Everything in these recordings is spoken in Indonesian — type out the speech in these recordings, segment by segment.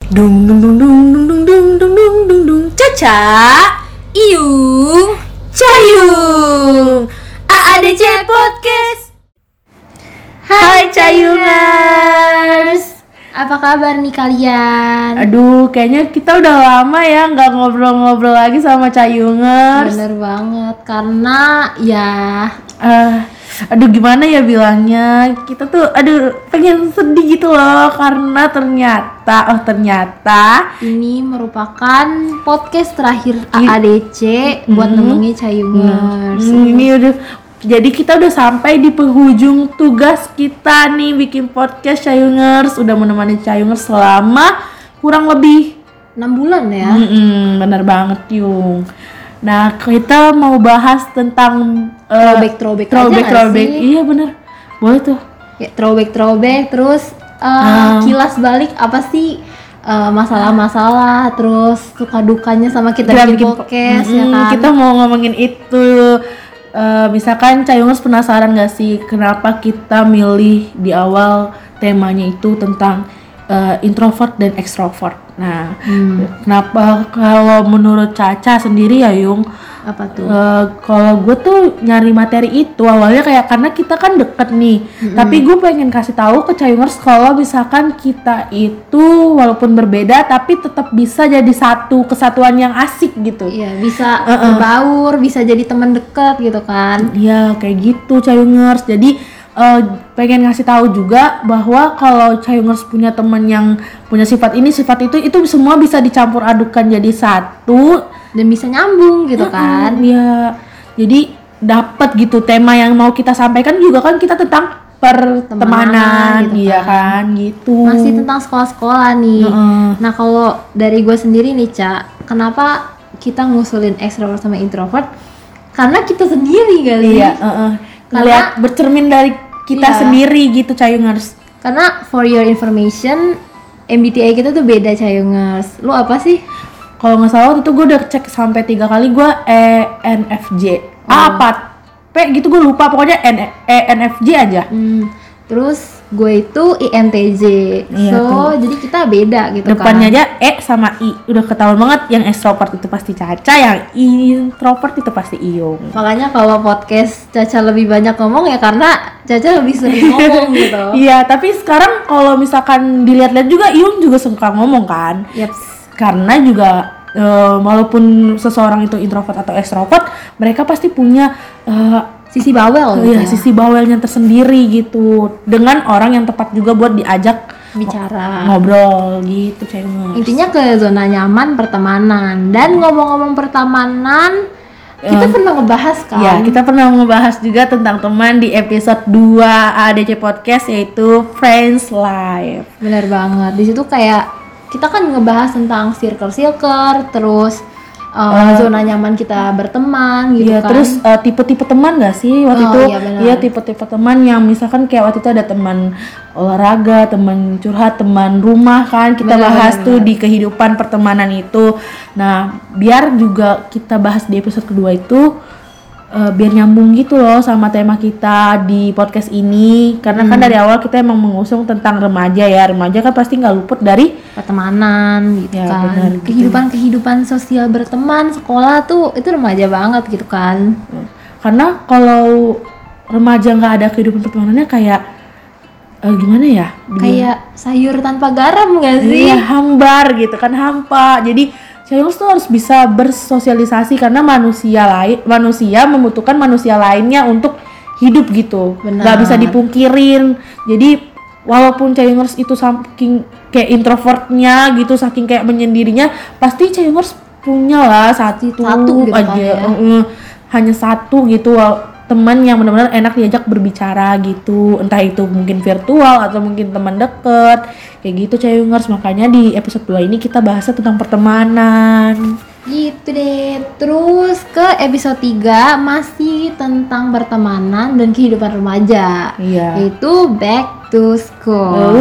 Dung dung dung dung dung dung dung dung dung dung dung. Caca, Iyung, Cayung, AADC Podcast. Hai Cayungers, apa kabar nih kalian? Aduh, kayaknya kita udah lama ya nggak ngobrol-ngobrol lagi sama Cayungers. Bener banget, karena ya Aduh gimana ya bilangnya, kita tuh pengen sedih gitu loh karena ternyata ini merupakan podcast terakhir AADC buat nemenin Cayungers. Ini udah, jadi kita udah sampai di penghujung tugas kita nih bikin podcast Cayungers. Udah menemani Cayungers selama kurang lebih 6 bulan ya. Bener banget Yung. Nah kita mau bahas tentang throwback aja nggak sih? Iya bener, boleh tuh Ya, throwback terus kilas balik apa sih masalah-masalah, terus suka dukanya sama kita bikin podcast ya kan. Kita mau ngomongin itu. Misalkan Cayungers penasaran gak sih kenapa kita milih di awal temanya itu tentang introvert dan extrovert. Nah, kenapa kalau menurut Caca sendiri ya Yung? Apa tuh? Kalau gue tuh nyari materi itu awalnya kayak karena kita kan deket nih. Tapi gue pengen kasih tahu ke Cayungers kalau misalkan kita itu walaupun berbeda tapi tetap bisa jadi satu kesatuan yang asik gitu. Iya, bisa berbaur, bisa jadi teman dekat gitu kan. Iya, kayak gitu Cayungers. Jadi pengen ngasih tahu juga bahwa kalau Cayungers punya teman yang punya sifat ini, sifat itu semua bisa dicampur adukan jadi satu dan bisa nyambung gitu kan. Iya. Jadi dapat gitu tema yang mau kita sampaikan juga kan kita tentang pertemanan gitu iya kan gitu. Masih tentang sekolah-sekolah nih. Nah, kalau dari gue sendiri nih, Ca, kenapa kita ngusulin extrovert sama introvert? Karena kita sendiri kali. Iya, lihat bercermin dari kita sendiri gitu Cayungers. Karena for your information, MBTI kita tuh beda Cayungers. Lu apa sih? Kalau nggak salah waktu itu gue udah cek sampai 3 kali, gue ENFJ. Apa? P gitu gue lupa, pokoknya ENFJ aja. Terus gue itu INTJ. Iya, jadi kita beda gitu. Depannya kan. aja E sama I. Udah ketahuan banget yang extrovert itu pasti Caca, yang introvert itu pasti Iyung. Makanya kalau podcast Caca lebih banyak ngomong ya karena Caca lebih sering ngomong gitu. Iya, tapi sekarang kalau misalkan dilihat-lihat juga Iyung juga suka ngomong kan. Yaps. Karena juga walaupun seseorang itu introvert atau extrovert, mereka pasti punya sisi bawel gitu. Iya, sisi bawelnya tersendiri gitu. Dengan orang yang tepat juga buat diajak bicara, ngobrol gitu Cayungers. Intinya ke zona nyaman pertemanan. Dan ngomong-ngomong pertemanan, kita pernah ngebahas kan? Ya, kita pernah ngebahas juga tentang teman di episode 2 ADC Podcast, yaitu Friends Life. Bener banget. Di situ kayak kita kan ngebahas tentang circle, terus zona nyaman kita berteman gitu kan. Terus tipe-tipe teman gak sih waktu itu? Iya, tipe-tipe teman yang misalkan kayak waktu itu ada teman olahraga, teman curhat, teman rumah kan. Kita bahas tuh di kehidupan pertemanan itu. Nah, biar juga kita bahas di episode kedua itu biar nyambung gitu loh sama tema kita di podcast ini. Karena kan dari awal kita emang mengusung tentang remaja ya. Remaja kan pasti nggak luput dari pertemanan gitu ya, kan. Bener, kehidupan sosial berteman, sekolah tuh itu remaja banget gitu kan. Karena kalau remaja nggak ada kehidupan pertemanannya kayak gimana ya? Kayak sayur tanpa garam nggak sih? Iya, hambar gitu kan, hampa. Jadi Cayungers tuh harus bisa bersosialisasi karena manusia membutuhkan manusia lainnya untuk hidup gitu. Nggak bisa dipungkirin. Jadi walaupun Cayungers itu saking kayak introvertnya gitu, saking kayak menyendirinya, pasti Cayungers punya lah satu gitu aja kan, ya? Hanya satu gitu teman yang benar-benar enak diajak berbicara gitu, entah itu mungkin virtual atau mungkin teman deket kayak gitu Cayungers. Makanya di episode 2 ini kita bahasnya tentang pertemanan gitu deh. Terus ke episode 3 masih tentang pertemanan dan kehidupan remaja, yaitu back to school.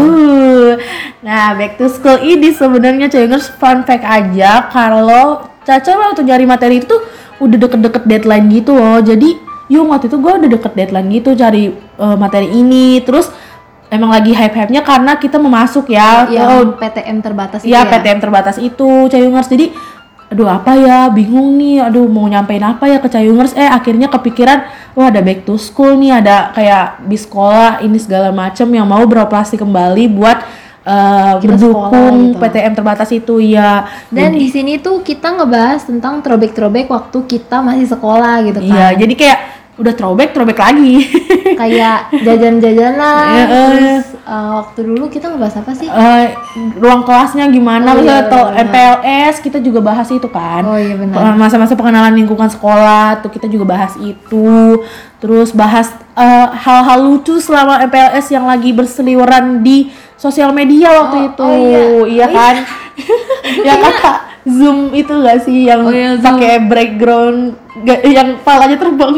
Nah, back to school ini sebenarnya Cayungers fun fact aja kalau Caca waktu nyari materi itu udah deket-deket deadline gitu loh. Jadi waktu itu gue udah deket deadline gitu cari materi ini. Terus emang lagi hype-hype-nya karena kita mau masuk ya. Yang PTM terbatas itu ya. ya. PTM terbatas itu Cayungers. Jadi aduh apa ya, bingung nih, aduh mau nyampein apa ya ke Cayungers. Akhirnya kepikiran, wah ada back to school nih, ada kayak bis sekolah ini segala macem yang mau beroperasi kembali buat mendukung gitu. PTM terbatas itu ya. Dan di sini tuh kita ngebahas tentang throwback waktu kita masih sekolah gitu kan. Iya, jadi kayak udah throwback lagi. Kayak jajan-jajanan. Terus waktu dulu kita ngebahas apa sih? Ruang kelasnya gimana, atau MPLS kita juga bahas itu kan. Oh iya benar. Masa-masa pengenalan lingkungan sekolah tuh kita juga bahas itu. Terus bahas hal-hal lucu selama MPLS yang lagi berseliweran di sosial media waktu itu. Iya kan? Ya kata Zoom itu gak sih yang pakai background yang palanya terbang.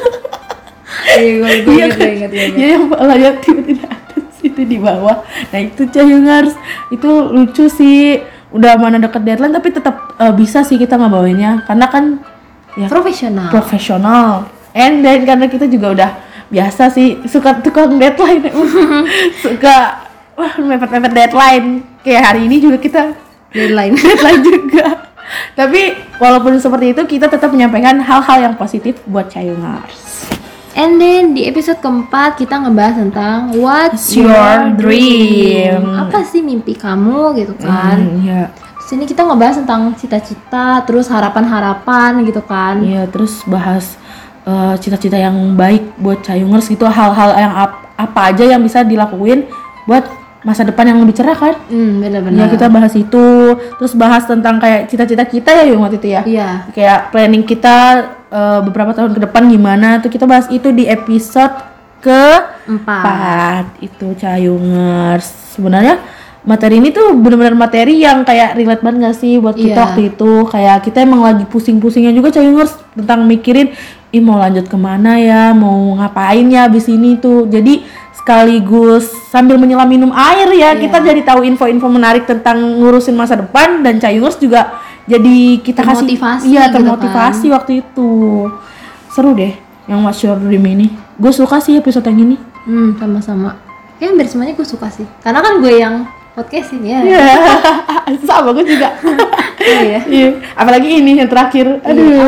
Iya, gue ingat. Ya yang palanya tiba-tiba ada situ di bawah. Nah itu Cayungers, itu lucu sih. Udah mana deket deadline tapi tetap bisa sih kita ngebawainnya karena kan ya profesional. And then karena kita juga udah biasa sih suka tukang deadline. Suka mepet-mepet deadline. Kayak hari ini juga kita deadline juga. Tapi walaupun seperti itu kita tetap menyampaikan hal-hal yang positif buat Cayungers. And then di episode keempat kita ngebahas tentang What's your dream? Apa sih mimpi kamu gitu kan? Iya. Sini kita ngebahas tentang cita-cita, terus harapan-harapan gitu kan? Iya, terus bahas cita-cita yang baik buat Cayungers gitu, hal-hal yang apa aja yang bisa dilakuin buat masa depan yang lebih cerah kan? Benar-benar. Ya kita bahas itu, terus bahas tentang kayak cita-cita kita ya Yung waktu itu ya. Iya. Kayak planning kita beberapa tahun ke depan gimana tuh kita bahas itu di episode ke-4 itu Cayungers. Sebenarnya materi ini tuh benar-benar materi yang kayak relate banget gak sih buat kita waktu itu. Kayak kita emang lagi pusing-pusingnya juga Cayungers tentang mikirin mau lanjut kemana ya, mau ngapain ya abis ini tuh. Jadi sekaligus sambil menyelam minum air ya, kita jadi tahu info-info menarik tentang ngurusin masa depan, dan Cayungers juga jadi kita termotivasi, kasih termotivasi gitu kan. Waktu itu seru deh yang What's Your Dream ini. Gue suka sih episode yang ini. Sama-sama. Kayaknya hampir semuanya gue suka sih. Karena kan gue yang podcastin ya. Sama gue juga. Iya. Apalagi ini yang terakhir. Aduh.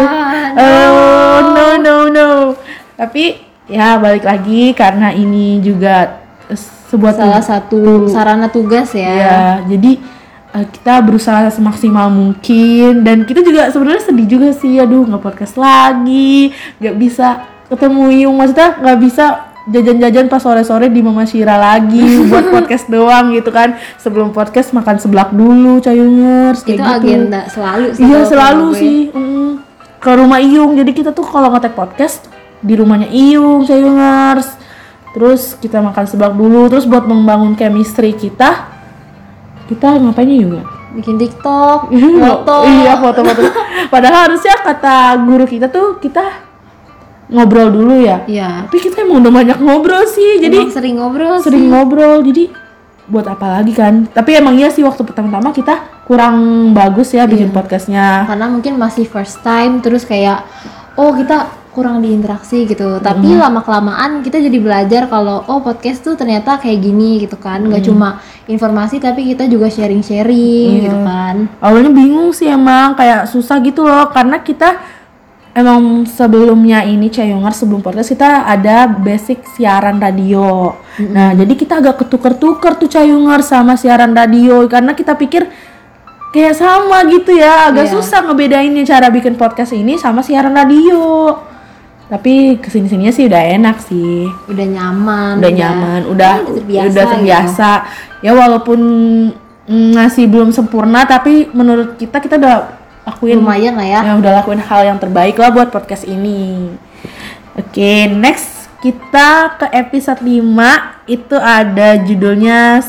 No. Tapi ya balik lagi karena ini juga salah satu sarana tugas ya. Ya, jadi kita berusaha semaksimal mungkin, dan kita juga sebenarnya sedih juga sih, aduh nggak podcast lagi, nggak bisa ketemu Yung, maksudnya nggak bisa jajan-jajan pas sore-sore di Mama Shira lagi buat podcast doang gitu kan. Sebelum podcast makan seblak dulu Cayungers kayak itu gitu. Agenda selalu sih. Iya selalu sih. Ke rumah Iyung, jadi kita tuh kalau ngetek podcast di rumahnya Iyung Cayungers. Terus kita makan seblak dulu, terus buat membangun chemistry kita ngapain Yung? Bikin TikTok, foto. Iya, foto-foto. Padahal harusnya kata guru kita tuh kita ngobrol dulu ya. Iya. Tapi kita emang udah banyak ngobrol sih. Jadi emang sering ngobrol. Jadi buat apa lagi kan? Tapi emang iya sih waktu pertama-tama kita kurang bagus ya bikin podcastnya. Karena mungkin masih first time, terus kayak kita kurang diinteraksi gitu. Tapi lama-kelamaan kita jadi belajar kalau podcast tuh ternyata kayak gini gitu kan. Gak cuma informasi tapi kita juga sharing-sharing gitu kan. Awalnya bingung sih emang, kayak susah gitu loh, karena kita emang sebelumnya ini Cayungers sebelum podcast kita ada basic siaran radio. Nah, jadi kita agak ketuker-tuker tuh Cayungers sama siaran radio karena kita pikir kayak sama gitu ya, agak susah ngebedainnya cara bikin podcast ini sama siaran radio. Tapi kesini-sininya sih udah enak sih, udah nyaman, udah terbiasa. Ya walaupun masih belum sempurna, tapi menurut kita udah lakuin lumayan lah ya. Udah lakuin hal yang terbaik lah buat podcast ini. Oke, next kita ke episode 5, itu ada judulnya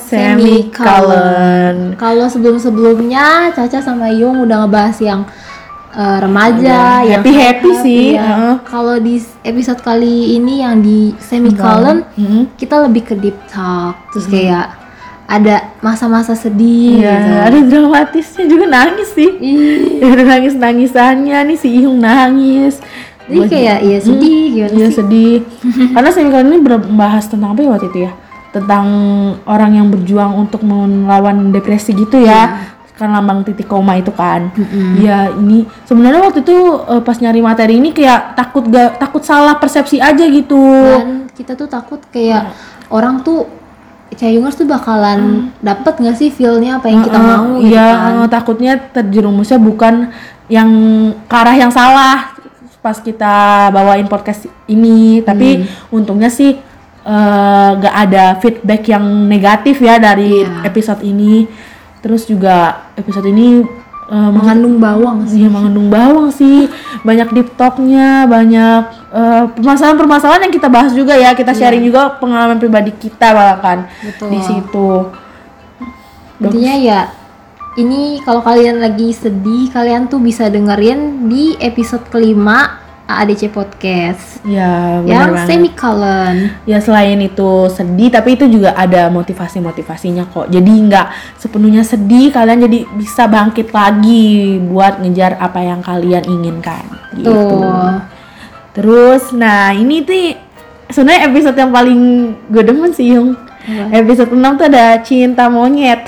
Semicolon. Kalau sebelum-sebelumnya Caca sama Yung udah ngebahas yang remaja, yang happy sih. Kalau di episode kali ini yang di Semicolon, kita lebih ke deep talk, terus kayak ada masa-masa sedih, gitu. Ada dramatisnya juga, nangis sih. Ada nangis-nangisannya nih, si Yung nangis. Jadi kayak sedih gimana sih? Iya sedih. Karena Semicolon ini membahas tentang apa ya waktu itu ya? tentang orang yang berjuang untuk melawan depresi gitu ya. Kan lambang titik koma itu kan. Ya ini sebenarnya waktu itu pas nyari materi ini kayak takut salah persepsi aja gitu. Dan kita tuh takut kayak orang tuh Cayungers tuh bakalan dapet nggak sih feel-nya apa yang kita mau gitu kan. Takutnya terjerumusnya bukan yang ke arah yang salah pas kita bawain podcast ini, tapi untungnya sih gak ada feedback yang negatif ya dari episode ini. Terus juga episode ini mengandung bawang sih. Iya, mengandung bawang sih. Banyak deep talk-nya, banyak permasalahan-permasalahan yang kita bahas juga ya. Kita sharing juga pengalaman pribadi kita bahkan di situ. Intinya ya, ini kalau kalian lagi sedih, kalian tuh bisa dengerin di episode kelima AADC Podcast. Ya, yang banget. Semicolon. Ya selain itu sedih, tapi itu juga ada motivasinya kok. Jadi nggak sepenuhnya sedih, kalian jadi bisa bangkit lagi buat ngejar apa yang kalian inginkan. Gitu. Terus, nah ini tuh sebenarnya episode yang paling gue demen sih, Yung. Episode 6 tuh ada cinta monyet.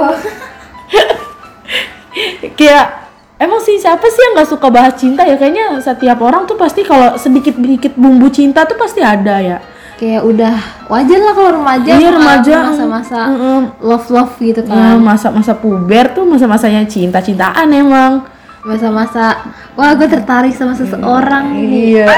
Kayak emang sih siapa sih yang nggak suka bahas cinta ya? Kayaknya setiap orang tuh pasti kalau sedikit bumbu cinta tuh pasti ada ya. Kayak udah wajar lah kalau remaja. Iya, remaja masa-masa love gitu kan. Masa-masa puber tuh masa-masanya cinta-cintaan emang. Masa-masa wah gue tertarik sama seseorang gitu. Iya.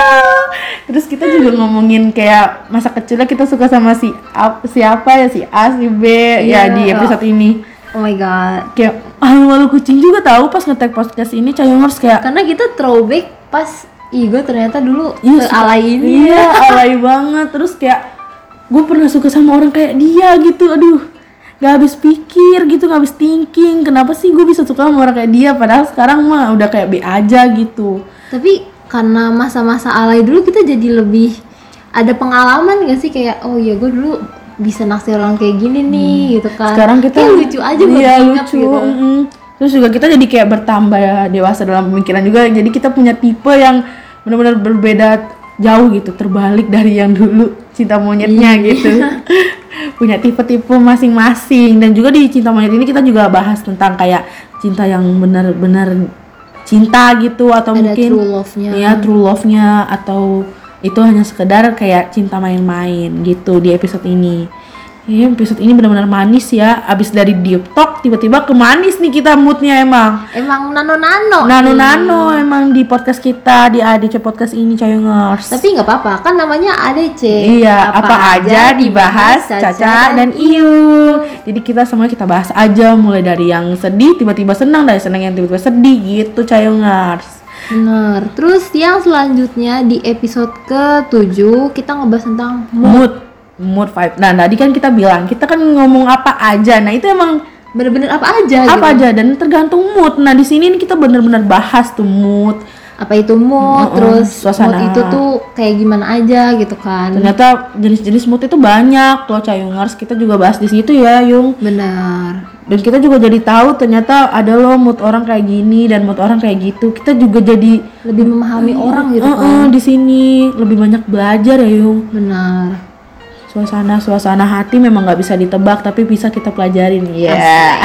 Terus kita juga ngomongin kayak masa kecilnya kita suka sama siapa ya, si A, si B ya di episode ini. Oh my god. Kayak malu kucing juga tahu pas nge-tag podcast ini Cayungers kayak. Karena kita throwback pas gue ternyata dulu alay ini. Iya, alay banget. Terus kayak gue pernah suka sama orang kayak dia gitu. Aduh, gak habis pikir gitu, gak habis thinking. Kenapa sih gue bisa suka sama orang kayak dia? Padahal sekarang mah udah kayak B aja gitu. Tapi karena masa-masa alay dulu kita jadi lebih ada pengalaman gak sih? Kayak oh iya gue dulu bisa naksir orang kayak gini nih gitu kan. Sekarang kita kayak lucu aja buat ingat lucu. Gitu. Terus juga kita jadi kayak bertambah dewasa dalam pemikiran juga. Jadi kita punya tipe yang benar-benar berbeda jauh gitu, terbalik dari yang dulu cinta monyetnya gitu. Punya tipe-tipe masing-masing. Dan juga di cinta monyet ini kita juga bahas tentang kayak cinta yang benar-benar cinta gitu, atau ada mungkin true love-nya. Ya, true love-nya, atau itu hanya sekedar kayak cinta main-main gitu di episode ini. Iya, episode ini benar-benar manis ya. Abis dari deep talk tiba-tiba ke manis nih kita moodnya emang. Emang nano-nano emang di podcast kita, di ADC Podcast ini Cayungers. Tapi nggak apa-apa, kan namanya ADC. Iya, apa aja dibahas Caca dan Iyu. Jadi kita semua kita bahas aja, mulai dari yang sedih tiba-tiba senang, dari senang yang tiba-tiba sedih gitu Cayungers. Bener. Terus yang selanjutnya di episode ke-7 kita ngebahas tentang mood vibe. Nah, tadi kan kita bilang kita kan ngomong apa aja. Nah, itu emang bener-bener apa aja dan tergantung mood. Nah, di sini kita bener-bener bahas tuh mood. Apa itu mood, terus suasana. Mood itu tuh kayak gimana aja gitu kan. Ternyata jenis-jenis mood itu banyak tuh Cayungers. Kita juga bahas di situ ya, Yung. Benar. Dan kita juga jadi tahu ternyata ada loh mood orang kayak gini dan mood orang kayak gitu. Kita juga jadi lebih memahami orang gitu kan. Di sini lebih banyak belajar ya, Yung. Benar. Suasana hati memang nggak bisa ditebak, tapi bisa kita pelajarin ya.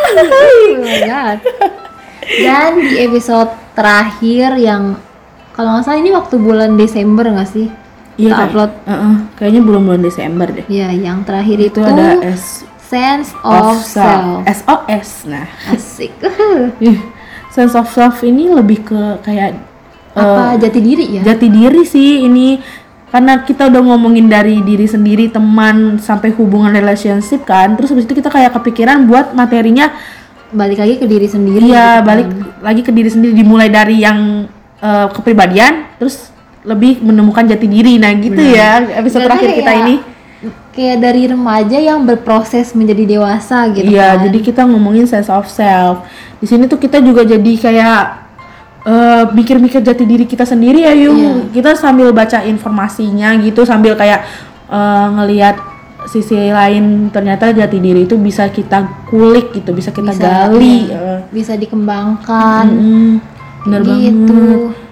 Yeah. Dan di episode terakhir yang kalau nggak salah ini waktu bulan Desember nggak sih? Iya, kita upload. Kayaknya belum bulan Desember deh. Iya, yang terakhir itu ada Sense of Self. SOS. Nah, asik. Sense of Self ini lebih ke kayak apa jati diri ya? Jati diri sih ini. Karena kita udah ngomongin dari diri sendiri, teman, sampai hubungan relationship kan. Terus habis itu kita kayak kepikiran buat materinya balik lagi ke diri sendiri. Iya, gitu balik lagi ke diri sendiri, dimulai dari yang kepribadian, terus lebih menemukan jati diri. Nah, gitu. Benar. Ya episode terakhir kita ini. Kayak dari remaja yang berproses menjadi dewasa gitu. Iya, jadi kita ngomongin sense of self. Di sini tuh kita juga jadi kayak mikir-mikir jati diri kita sendiri ya, Yung. Iya. Kita sambil baca informasinya gitu, sambil kayak ngelihat sisi lain, ternyata jati diri itu bisa kita kulik gitu, bisa kita gali, bisa dikembangkan. Bener gitu. banget.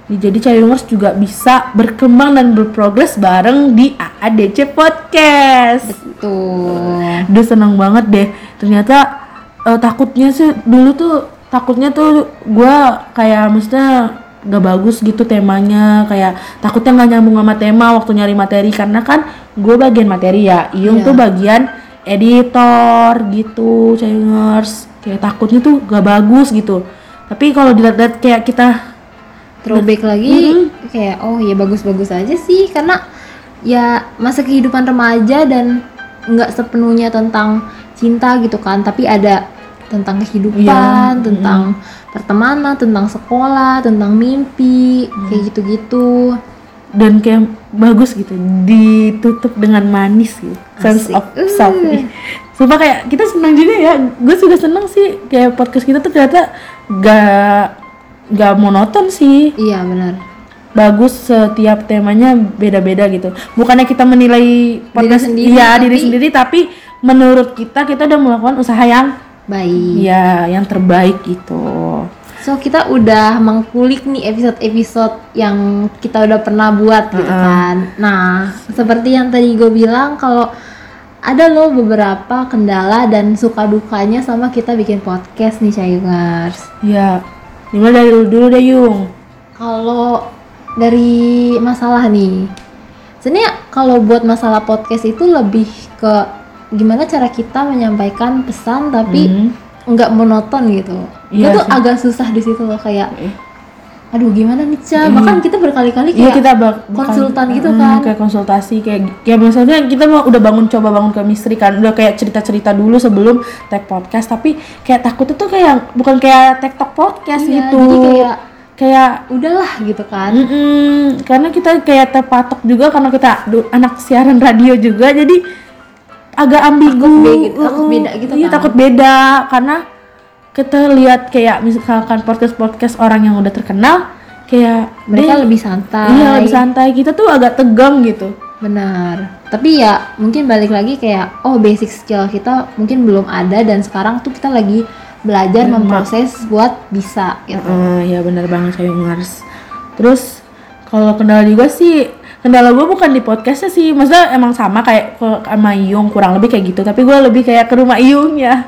Jadi Cayungers juga bisa berkembang dan berprogres bareng di AADC Podcast. Betul. Udah seneng banget deh. Ternyata takutnya tuh gue kayak maksudnya gak bagus gitu temanya, kayak takutnya gak nyambung sama tema waktu nyari materi, karena kan gue bagian materi ya, Iyung tuh bagian editor gitu. Cayungers kayak takutnya tuh gak bagus gitu. Tapi kalau dilihat kayak kita throwback lagi, kayak oh ya bagus-bagus aja sih, karena ya masa kehidupan remaja dan nggak sepenuhnya tentang cinta gitu kan, tapi ada tentang kehidupan, tentang pertemanan, tentang sekolah, tentang mimpi, kayak gitu-gitu. Dan kayak bagus gitu, ditutup dengan manis gitu, sense of self. Sumpah kayak kita senang juga ya, gue juga senang sih kayak podcast kita tuh ternyata gak monoton sih. Iya benar. Bagus, setiap temanya beda-beda gitu. Bukannya kita menilai podcast diri sendiri, tapi menurut kita udah melakukan usaha yang baik. Ya, yang terbaik gitu. So kita udah mengkulik nih episode-episode yang kita udah pernah buat gitu kan. Nah, seperti yang tadi gue bilang, kalau ada loh beberapa kendala dan suka dukanya sama kita bikin podcast nih Cayungers. Ya. Gimana dari dulu deh Yung? Kalau dari masalah nih, sebenarnya kalau buat masalah podcast itu lebih ke gimana cara kita menyampaikan pesan tapi nggak monoton gitu. Itu tuh agak susah di situ loh, kayak aduh gimana nih Ca, bahkan kita berkali-kali kayak kita konsultan gitu kan, kayak konsultasi, kayak ya misalnya kita udah bangun chemistry kan, udah kayak cerita-cerita dulu sebelum tag podcast, tapi kayak takutnya tuh kayak bukan kayak TikTok podcast gitu, jadi kayak udahlah gitu kan. Karena kita kayak terpatok juga karena kita anak siaran radio juga, jadi agak ambigu, takut beda gitu kan. Iya, takut beda karena kita lihat kayak misalkan podcast orang yang udah terkenal, kayak mereka lebih santai. Iya, lebih santai. Kita tuh agak tegang gitu. Benar. Tapi ya mungkin balik lagi kayak basic skill kita mungkin belum ada, dan sekarang tuh kita lagi belajar memproses buat bisa gitu. Ya benar banget Cayungers. Terus kalau kendala juga sih, kendala gue bukan di podcastnya sih, maksudnya emang sama kayak sama Iyung, kurang lebih kayak gitu, tapi gue lebih kayak ke rumah Iyung ya.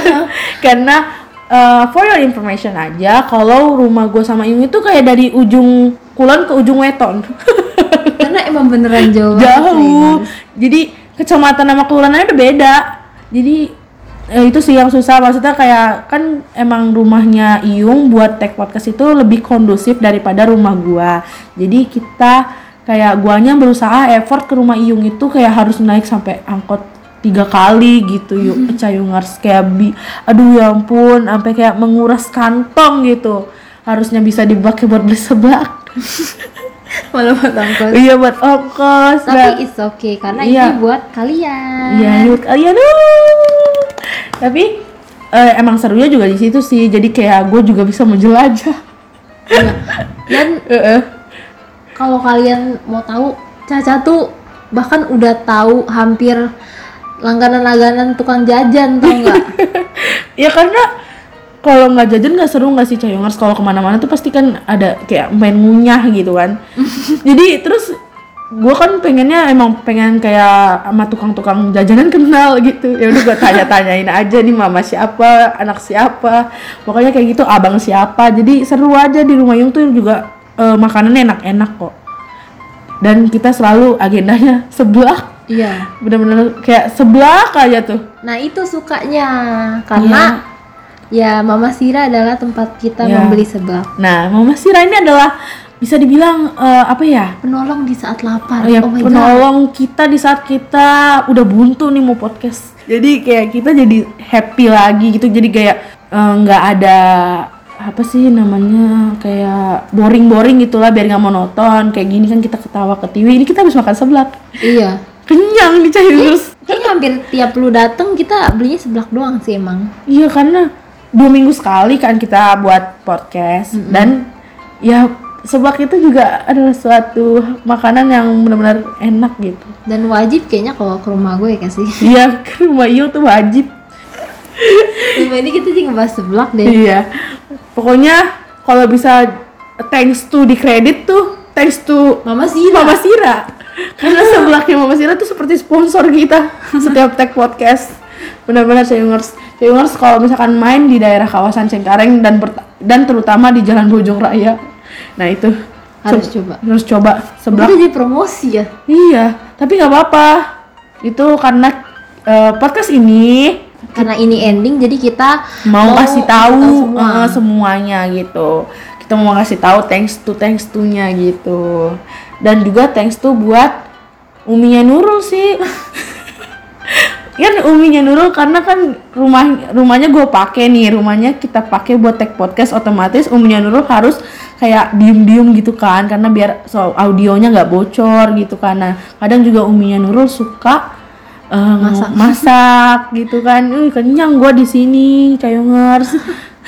Karena for your information aja, kalau rumah gue sama Iyung itu kayak dari ujung kulon ke ujung weton. Karena emang beneran jauh. Jadi kecamatan sama kelurahannya udah beda. Jadi itu sih yang susah, maksudnya kayak kan emang rumahnya Iyung buat tag podcast itu lebih kondusif daripada rumah gua. Jadi kita kayak guanya berusaha effort ke rumah Iyung itu kayak harus naik sampai angkot 3 kali gitu yuk. Cayungers kayak aduh ya ampun, sampai kayak menguras kantong gitu. Harusnya bisa dipakai buat beli seblak. Malah buat ongkos. Iya, buat ongkos. Tapi it's okay karena ini buat kalian. Iya, buat kalian. Tapi emang serunya juga di situ sih. Jadi kayak gue juga bisa menjelajah. Iya. Dan kalau kalian mau tahu, Caca tuh bahkan udah tahu hampir langganan-langganan tukang jajan, tau nggak? Ya karena kalau nggak jajan nggak seru nggak sih Cayungers? Kalau kemana-mana tuh pasti kan ada kayak main ngunyah gitu kan. Jadi terus gue kan emang pengen kayak sama tukang-tukang jajanan kenal gitu. Ya udah gue tanya-tanyain aja nih, mama siapa, anak siapa, pokoknya kayak gitu, abang siapa. Jadi seru aja di rumah Yung tuh juga makanannya enak-enak kok. Dan kita selalu agendanya seblak. Iya. Bener-bener kayak seblak aja tuh. Nah itu sukanya karena ya Mama Sira adalah tempat kita membeli seblak. Nah Mama Sira ini adalah bisa dibilang penolong di saat lapar. Penolong kita di saat kita udah buntu nih mau podcast. Jadi kayak kita jadi happy lagi gitu. Jadi kayak nggak ada apa sih namanya, kayak boring gitulah, biar nggak monoton. Kayak gini kan kita ketawa ke TV, ini kita habis makan seblak. Iya. Kenyang nih Cayungers. Kayaknya hampir tiap lu dateng kita belinya seblak doang sih emang. Iya, karena 2 minggu sekali kan kita buat podcast. Dan ya seblak itu juga adalah suatu makanan yang benar-benar enak gitu. Dan wajib kayaknya kalau ke rumah gue ya kasih. Iya, ke rumah Iyung tuh wajib. Ini kita juga ngebahas seblak deh. Iya. Pokoknya kalau bisa thanks to di kredit tuh thanks to Mama Sira. Karena sebelahnya Mama Sira tuh seperti sponsor kita setiap tag podcast. Benar-benar Cayungers kalau misalkan main di daerah kawasan Cengkareng dan terutama di Jalan Bojong Raya, nah itu harus coba sebelah. Itu jadi promosi ya? Iya, tapi nggak apa-apa. Itu karena podcast ini karena ini ending, jadi kita mau kasih tahu semuanya gitu. Kita mau kasih tahu thanks to-nya gitu. Dan juga thanks to buat Uminya Nurul sih. Kan Uminya Nurul karena kan rumahnya gue pakai nih, rumahnya kita pakai buat tag podcast, otomatis Uminya Nurul harus kayak diem gitu kan, karena biar audionya nggak bocor gitu kan. Nah, kadang juga Uminya Nurul suka masak gitu kan. Kenyang gue di sini, Cayungers.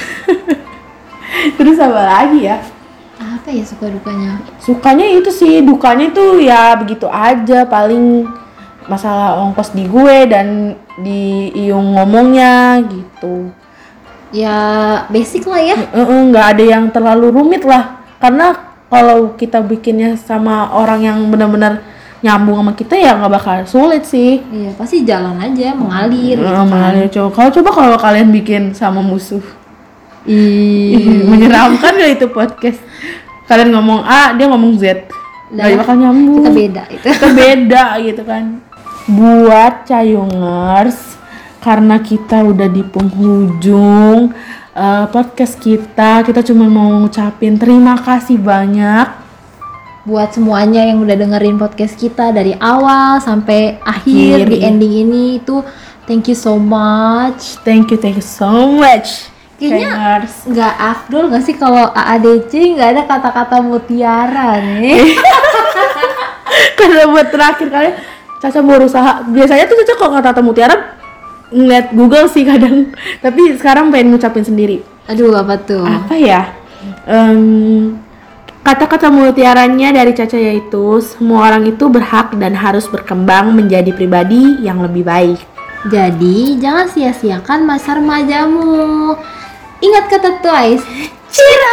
Terus apa lagi ya? Apa ya suka dukanya? Sukanya itu sih, dukanya itu ya begitu aja, paling masalah ongkos di gue dan di Iyung ngomongnya gitu. Ya basic lah ya. Nggak ada yang terlalu rumit lah, karena kalau kita bikinnya sama orang yang benar-benar nyambung sama kita ya nggak bakal sulit sih. Iya, pasti jalan aja, mengalir gitu mengalir. Coba kalau kalian bikin sama musuh, menyeramkan gak itu podcast? Kalian ngomong A, dia ngomong Z, nggak bakal nyambung. Kita beda gitu kan. Buat Cayungers, karena kita udah di penghujung podcast kita cuma mau ngucapin terima kasih banyak buat semuanya yang udah dengerin podcast kita dari awal sampai akhir di ending ini. Itu thank you so much. Thank you so much. Kayaknya nggak afdol nggak sih kalau AADC nggak ada kata-kata mutiara nih. Karena buat terakhir kali Caca berusaha, biasanya tuh Caca kalau kata mutiara ngeliat Google sih kadang, tapi sekarang pengen ngucapin sendiri. Aduh, apa tuh? Apa ya? Kata-kata mutiaranya dari Caca yaitu semua orang itu berhak dan harus berkembang menjadi pribadi yang lebih baik. Jadi jangan sia-siakan masa remajamu. Ingat kata Twice. Cheers!